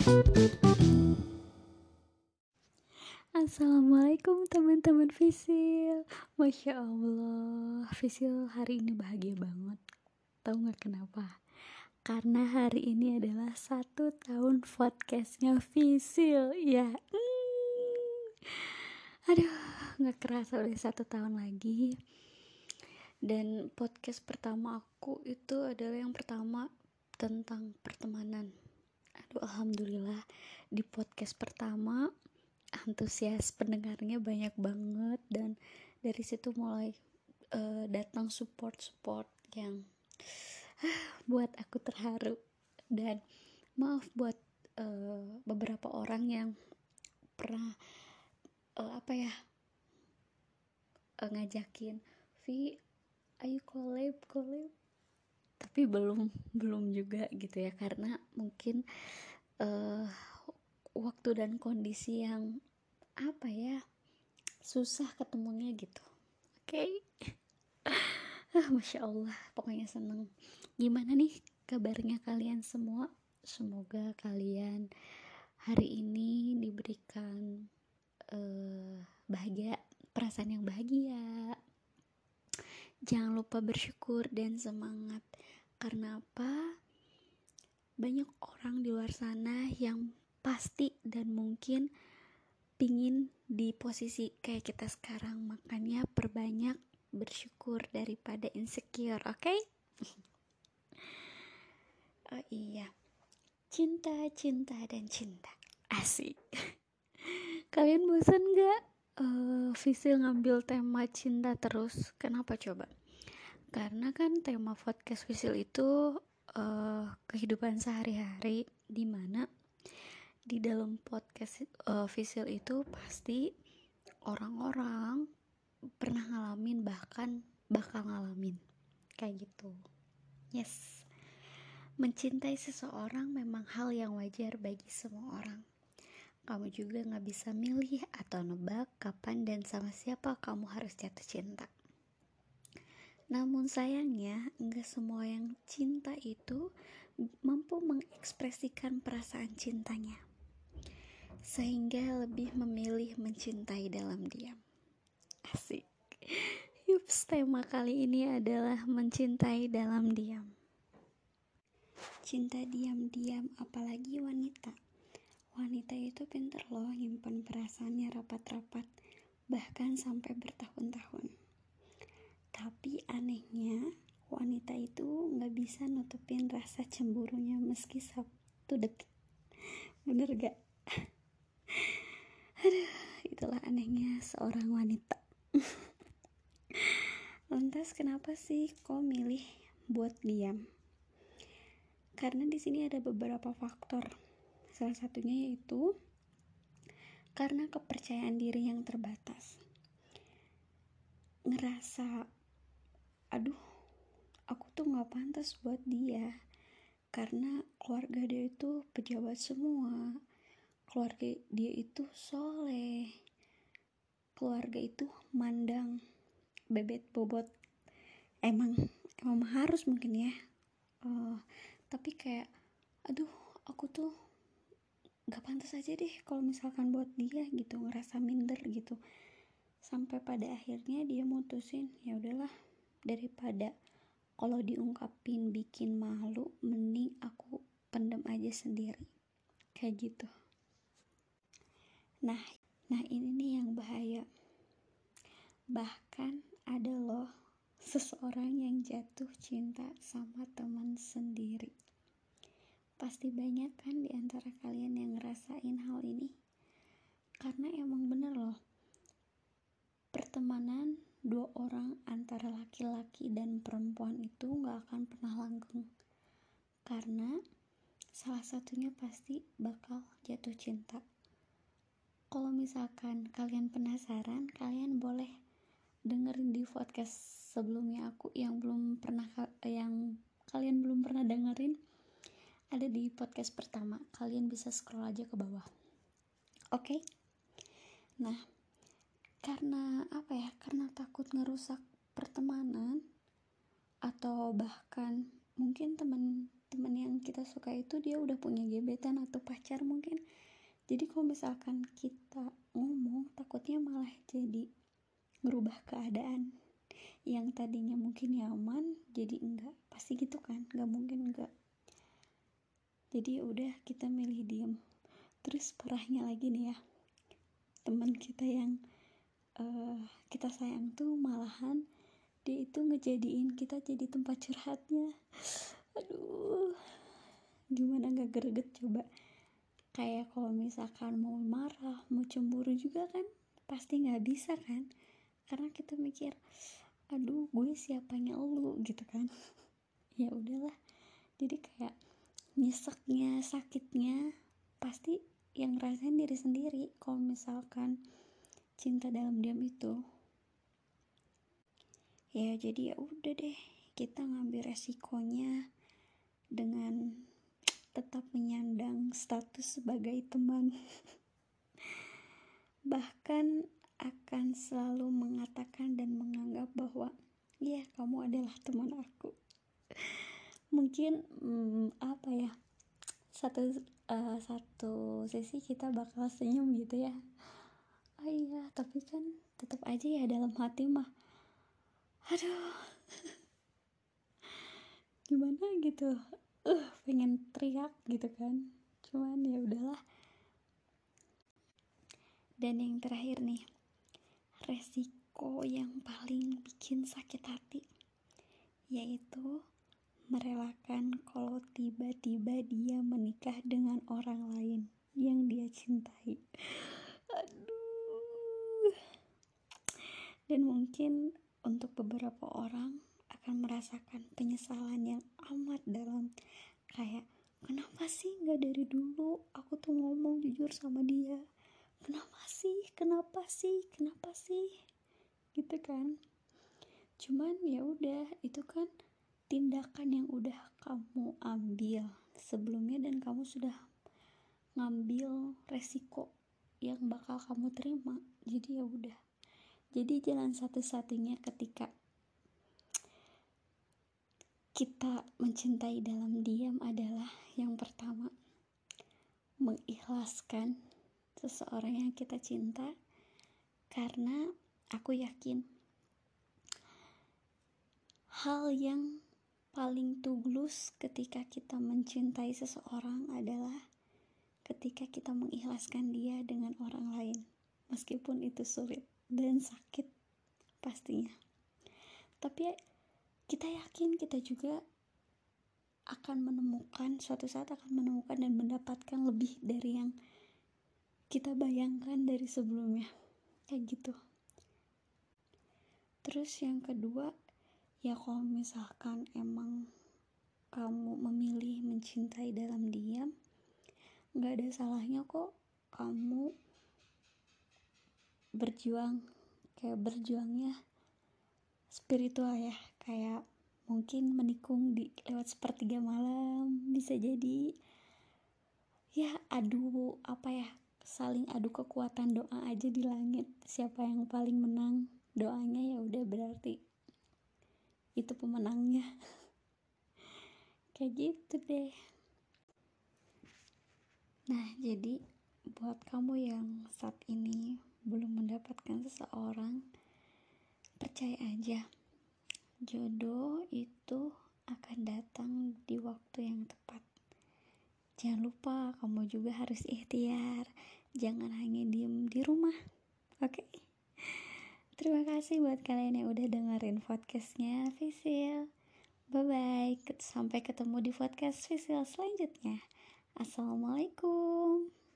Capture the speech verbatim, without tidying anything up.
Assalamualaikum teman-teman Visil. Masya Allah, Visil hari ini bahagia banget. Tahu gak kenapa? Karena hari ini adalah satu tahun podcastnya Visil. Ya, mm. Aduh, gak kerasa udah satu tahun lagi. Dan podcast pertama aku itu adalah yang pertama tentang pertemanan. Aduh, alhamdulillah di podcast pertama antusias pendengarnya banyak banget, dan dari situ mulai uh, datang support-support yang uh, buat aku terharu. Dan maaf buat uh, beberapa orang yang pernah uh, apa ya uh, ngajakin Vi, ayo collab collab tapi belum belum juga gitu ya, karena mungkin uh, waktu dan kondisi yang apa ya susah ketemunya gitu. Oke, okay? ah, Masya Allah, pokoknya seneng. Gimana nih kabarnya kalian semua? Semoga kalian hari ini diberikan uh, bahagia, perasaan yang bahagia. Jangan lupa bersyukur dan semangat. Karena apa? Banyak orang di luar sana yang pasti dan mungkin pingin di posisi kayak kita sekarang. Makanya perbanyak bersyukur daripada insecure, oke? Okay? Oh iya, cinta, cinta, dan cinta. Asik. Kalian bosan gak? Uh, Visil ngambil tema cinta terus. Kenapa coba? Karena kan tema podcast Visil itu uh, kehidupan sehari-hari, dimana di dalam podcast uh, Visil itu pasti orang-orang pernah ngalamin, bahkan bakal ngalamin kayak gitu. Yes, mencintai seseorang memang hal yang wajar bagi semua orang. Kamu juga gak bisa milih atau nebak kapan dan sama siapa kamu harus jatuh cinta. Namun sayangnya gak semua yang cinta itu mampu mengekspresikan perasaan cintanya, sehingga lebih memilih mencintai dalam diam. Asik. Yups, tema kali ini adalah mencintai dalam diam. Cinta diam-diam, apalagi wanita. Wanita itu pintar loh nyimpan perasaannya rapat-rapat, bahkan sampai bertahun-tahun. Tapi anehnya, wanita itu gak bisa nutupin rasa cemburunya meski satu detik. Bener gak? Aduh, itulah anehnya seorang wanita. Lantas kenapa sih kok milih buat diam? Karena di sini ada beberapa faktor. Salah satunya yaitu karena kepercayaan diri yang terbatas. Ngerasa, aduh, aku tuh gak pantas buat dia. Karena keluarga dia itu pejabat semua. Keluarga dia itu soleh. Keluarga itu mandang bebet bobot. Emang, emang harus mungkin ya. Uh, tapi kayak, aduh, aku tuh gak pantas aja deh kalau misalkan buat dia gitu, ngerasa minder gitu. Sampai pada akhirnya dia mutusin, ya udahlah, daripada kalau diungkapin bikin malu, mending aku pendem aja sendiri. Kayak gitu. Nah, nah ini nih yang bahaya. Bahkan ada loh seseorang yang jatuh cinta sama teman sendiri. Pasti banyak kan di antara kalian yang ngerasain hal ini. Karena emang bener loh, pertemanan dua orang antara laki-laki dan perempuan itu gak akan pernah langgeng. Karena salah satunya pasti bakal jatuh cinta. Kalau misalkan kalian penasaran, kalian boleh dengerin di podcast sebelumnya aku yang belum pernah yang kalian belum pernah dengerin, ada di podcast pertama. Kalian bisa scroll aja ke bawah. Oke? Okay? Nah, karena apa ya? Karena takut ngerusak pertemanan, atau bahkan mungkin teman teman yang kita suka itu dia udah punya gebetan atau pacar mungkin. Jadi kalau misalkan kita ngomong, takutnya malah jadi ngerubah keadaan yang tadinya mungkin nyaman jadi enggak, pasti gitu kan, nggak mungkin enggak. Jadi udah, kita milih diem. Terus parahnya lagi nih ya, teman kita yang uh, kita sayang tuh malahan dia itu ngejadiin kita jadi tempat curhatnya. Aduh, gimana gak greget coba. Kayak kalau misalkan mau marah, mau cemburu juga kan pasti gak bisa kan, karena kita mikir aduh gue siapanya elu gitu kan. Ya udahlah, jadi kayak nyeseknya, sakitnya pasti yang ngerasain diri sendiri kalau misalkan cinta dalam diam itu. Ya jadi ya udah deh, kita ngambil resikonya dengan tetap menyandang status sebagai teman. Bahkan akan selalu mengatakan dan menganggap bahwa ya kamu adalah teman aku. Mungkin hmm, apa ya, satu uh, satu sisi kita bakal senyum gitu ya, oh iya, tapi kan tetap aja ya dalam hati mah aduh gimana gitu, uh pengen teriak gitu kan, cuman ya udahlah. Dan yang terakhir nih, resiko yang paling bikin sakit hati, yaitu merelakan kalau tiba-tiba dia menikah dengan orang lain yang dia cintai. Aduh. Dan mungkin untuk beberapa orang akan merasakan penyesalan yang amat dalam, kayak kenapa sih gak dari dulu aku tuh ngomong jujur sama dia, kenapa sih kenapa sih kenapa sih gitu kan. Cuman ya udah, itu kan tindakan yang udah kamu ambil sebelumnya dan kamu sudah ngambil resiko yang bakal kamu terima. Jadi ya udah, jadi jalan satu-satunya ketika kita mencintai dalam diam adalah yang pertama, mengikhlaskan seseorang yang kita cinta. Karena aku yakin hal yang paling tulus ketika kita mencintai seseorang adalah ketika kita mengikhlaskan dia dengan orang lain, meskipun itu sulit dan sakit pastinya. Tapi kita yakin kita juga akan menemukan, suatu saat akan menemukan dan mendapatkan lebih dari yang kita bayangkan dari sebelumnya, kayak gitu. Terus yang kedua, ya kalau misalkan emang kamu memilih mencintai dalam diam, gak ada salahnya kok kamu berjuang, kayak berjuangnya spiritual ya, kayak mungkin menikung di lewat sepertiga malam, bisa jadi ya adu apa ya, saling adu kekuatan doa aja di langit, siapa yang paling menang doanya ya udah berarti itu pemenangnya. Kayak gitu deh. Nah jadi buat kamu yang saat ini belum mendapatkan seseorang, percaya aja, jodoh itu akan datang di waktu yang tepat. Jangan lupa kamu juga harus ikhtiar, jangan hanya diem di rumah. Oke okay? Terima kasih buat kalian yang udah dengerin podcastnya Visil. Bye bye, sampai ketemu di podcast Visil selanjutnya. Assalamualaikum.